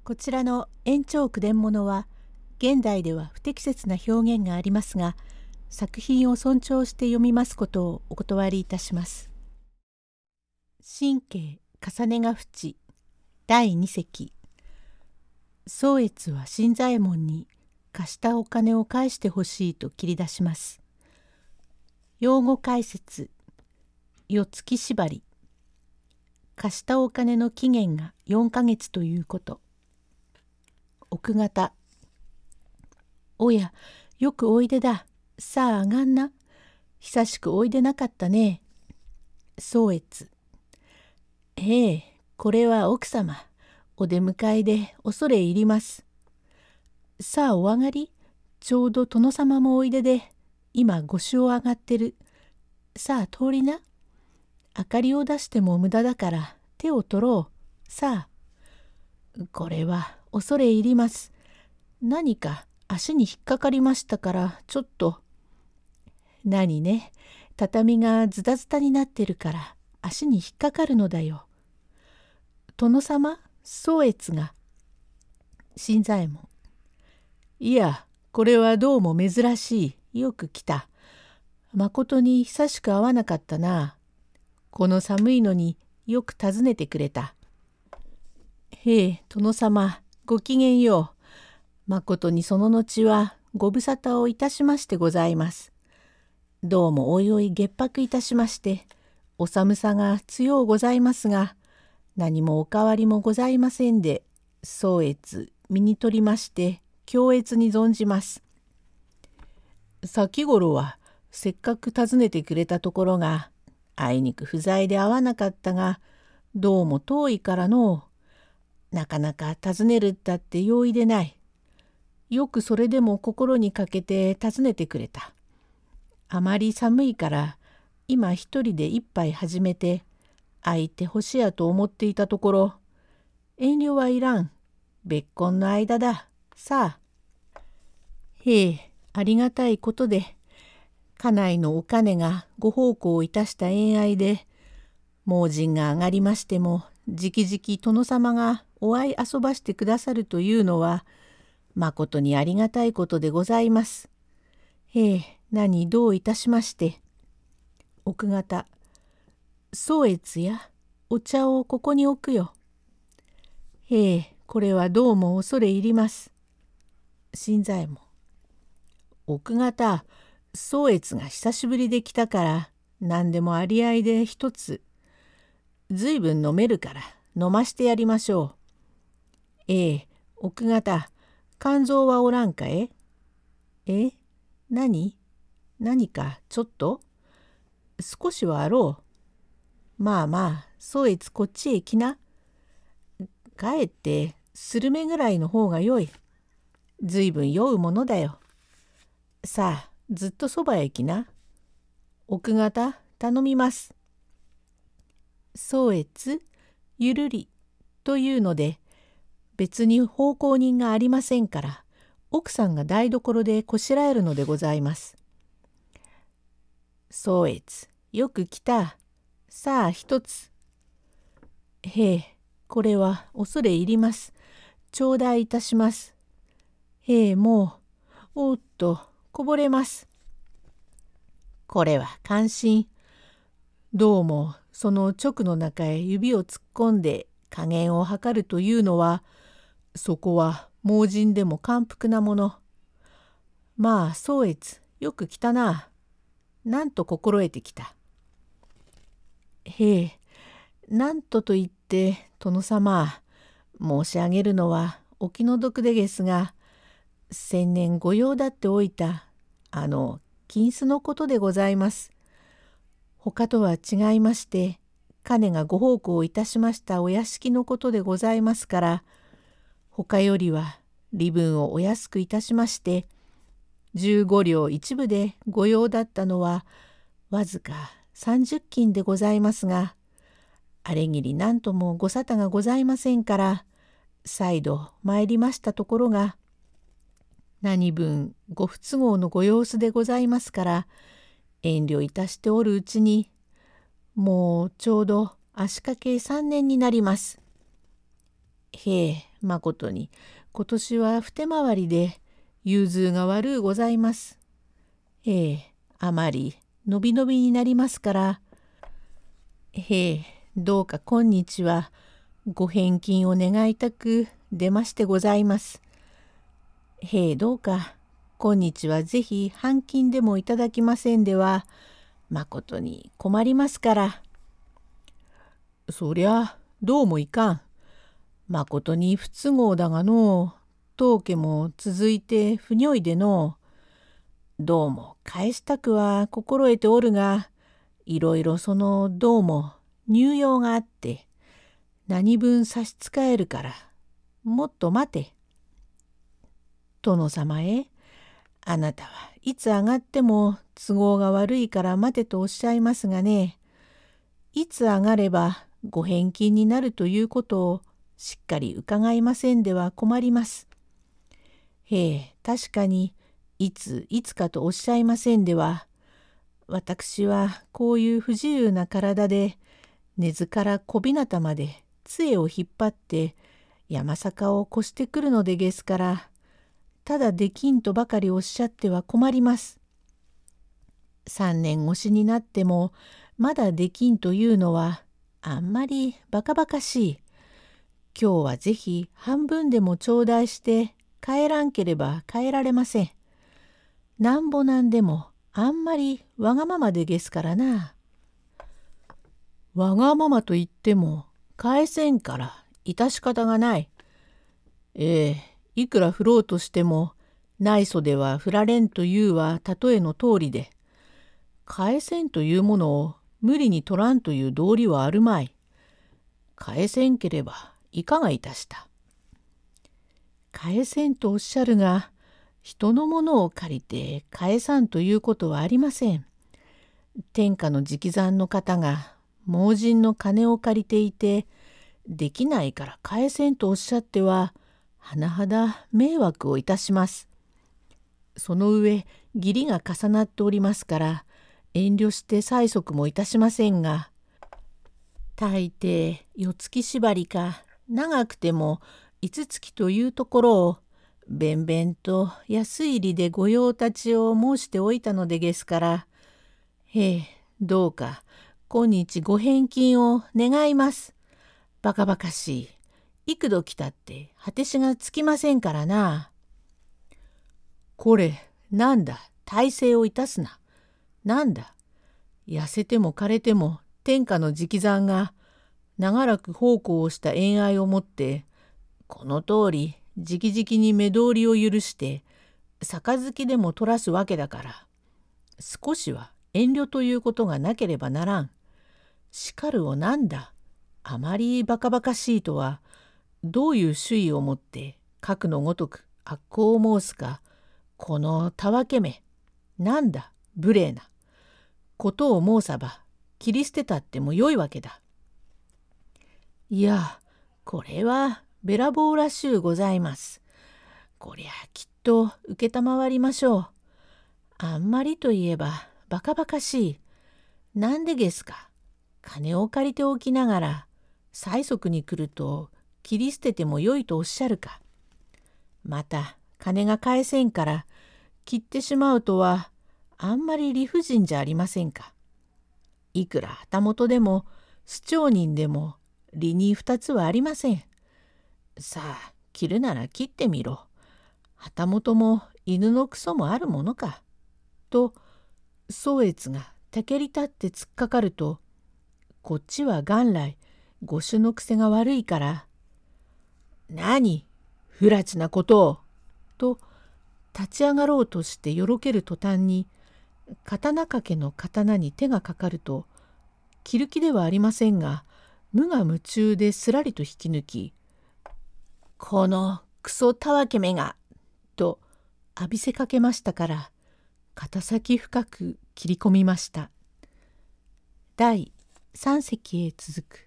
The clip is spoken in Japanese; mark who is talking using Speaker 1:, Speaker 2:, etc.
Speaker 1: こちらの延長句伝物は現代では不適切な表現がありますが、作品を尊重して読みますことをお断りいたします。神経重ねが淵第2席。宗悦は新左衛門に貸したお金を返してほしいと切り出します。用語解説。夜月縛り。貸したお金の期限が4ヶ月ということ。奥方。おや、よくおいでだ。さあ上がんな。久しくおいでなかったね。宗悦。ええ、これは奥様。お出迎えで恐れ入ります。さあお上がり。ちょうど殿様もおいでで、今ご酒を上がってる。さあ通りな。明かりを出しても無駄だから手を取ろう。さあ。これは恐れ入ります。何か足に引っかかりましたからちょっと。何ね、畳がズタズタになってるから足に引っかかるのだよ。殿様、宗悦が。新左衛門。いや、これはどうも珍しい。よく来た。まことに久しく会わなかったな。この寒いのによく訪ねてくれた。へえ、殿様、ごきげんよう。まことにその後はご無沙汰をいたしましてございます。どうもおいおい月泊いたしまして、お寒さが強うございますが、何もお変わりもございませんで、宗悦身に取りまして、恐悦に存じます。先頃はせっかく訪ねてくれたところが、あいにく不在で会わなかったが、どうも遠いからのう、なかなか訪ねるったって容易でない。よくそれでも心にかけて訪ねてくれた。あまり寒いから今一人で一杯始めて空いてほしやと思っていたところ、遠慮はいらん。別婚の間だ。さあ。へえ、ありがたいことで、家内のお金がご奉公いたした縁愛で、盲人が上がりましても、じきじき殿様がお会い遊ばしてくださるというのは、まことにありがたいことでございます。へえ、何どういたしまして。奥方。宗悦や、お茶をここに置くよ。へえ、これはどうも恐れ入ります。新左衛門。奥方、宗悦が久しぶりで来たから、何でもありあいで一つ。ずいぶん飲めるから飲ましてやりましょう。ええ、奥方、肝臓はおらんかえ？え？何かちょっと？少しはあろう。まあまあ、宗悦こっちへ来な。かえってスルメぐらいの方がよい。ずいぶん酔うものだよ。さあ、ずっとそばへ来な。奥方、頼みます。宗悦、ゆるりというので、別に奉公人がありませんから、奥さんが台所でこしらえるのでございます。宗悦、よく来た。さあ一つ。へえ、これは恐れ入ります。頂戴いたします。へえ、もう、おっと、こぼれます。これは感心。どうも、その直の中へ指を突っ込んで加減を測るというのは、そこは盲人でも感服なもの。まあ、宗悦、よく来たな。なんと心得てきた。へえ、なんとと言って、殿様、申し上げるのはお気の毒でげすが、先年ご用だっておいた、金子のことでございます。他とは違いまして、金がご奉公いたしましたお屋敷のことでございますから、他よりは利分をお安くいたしまして、15両一分でご用だったのは、わずか30金でございますが、あれぎり何ともご沙汰がございませんから、再度参りましたところが、何分ご不都合のご様子でございますから、遠慮いたしておるうちに、もうちょうど足掛け3年になります。 へえ、まことに、今年はふて回りで、融通が悪うございます。へえ、あまり、のびのびになりますから、へえ、どうか今日は、ご返金を願いたく出ましてございます。へえ、どうか、今日はぜひ半金でもいただきませんでは、まことに困りますから。そりゃ、どうもいかん。まことに不都合だがのう、当家も続いて不如意でのう、どうも返したくは心得ておるが、いろいろそのどうも入用があって、何分差し支えるから、もっと待て。殿様へ、あなたはいつ上がっても都合が悪いから待てとおっしゃいますがね、いつ上がればご返金になるということをしっかり伺いませんでは困ります。へえ、確かにいつかとおっしゃいませんでは、私はこういう不自由な体で根津から小日向まで杖を引っ張って山坂を越してくるのでげすから、ただできんとばかりおっしゃっては困ります。3年越しになってもまだできんというのはあんまりバカバカしい。今日はぜひ半分でも頂戴して帰らんければ帰られません。なんぼなんでもあんまりわがままでげすからな。わがままと言っても返せんから致し方がない。いくら振ろうとしても内祖では振られんというは例えの通りで、返せんというものを無理に取らんという道理はあるまい。返せんければいかがいたした。返せんとおっしゃるが、人のものを借りて返さんということはありません。天下の直参の方が盲人の金を借りていて、できないから返せんとおっしゃっては、甚だ迷惑をいたします。その上、義理が重なっておりますから、遠慮して催促もいたしませんが、大抵4月縛りか長くても5月というところを弁々と安い利で御用達ちを申しておいたのでげすから、へえ、どうか今日ご返金を願います。バカバカしい。幾度来たって果てしがつきませんからな。これなんだ、大勢をいたすな。なんだ、痩せても枯れても天下の直参が長らく奉公をした縁愛をもってこの通り直々に目通りを許して杯でも取らすわけだから、少しは遠慮ということがなければならん。しかるをなんだ、あまりバカバカしいとはどういう主意をもって核のごとく悪行を申すか、このたわけめ、なんだ無礼なことを申さば切り捨てたってもよいわけだ。いや、これはべらぼうらしゅうございます。こりゃきっと承りましょう。あんまりといえばバカバカしい。なんでげすか。金を借りておきながら催促に来ると切り捨ててもよいとおっしゃるか。また金が返せんから切ってしまうとはあんまり理不尽じゃありませんか。いくら旗本でも司帳人でも理に二つはありません。さあ切るなら切ってみろ。旗本も犬のクソもあるものか。と宗悦がたけり立って突っかかると、こっちは元来御主の癖が悪いから「何不埒なことを」と立ち上がろうとしてよろける途端に刀掛けの刀に手がかかると、切る気ではありませんが無我夢中ですらりと引き抜き「このクソたわけめが」と浴びせかけましたから、肩先深く切り込みました。第3席へ続く。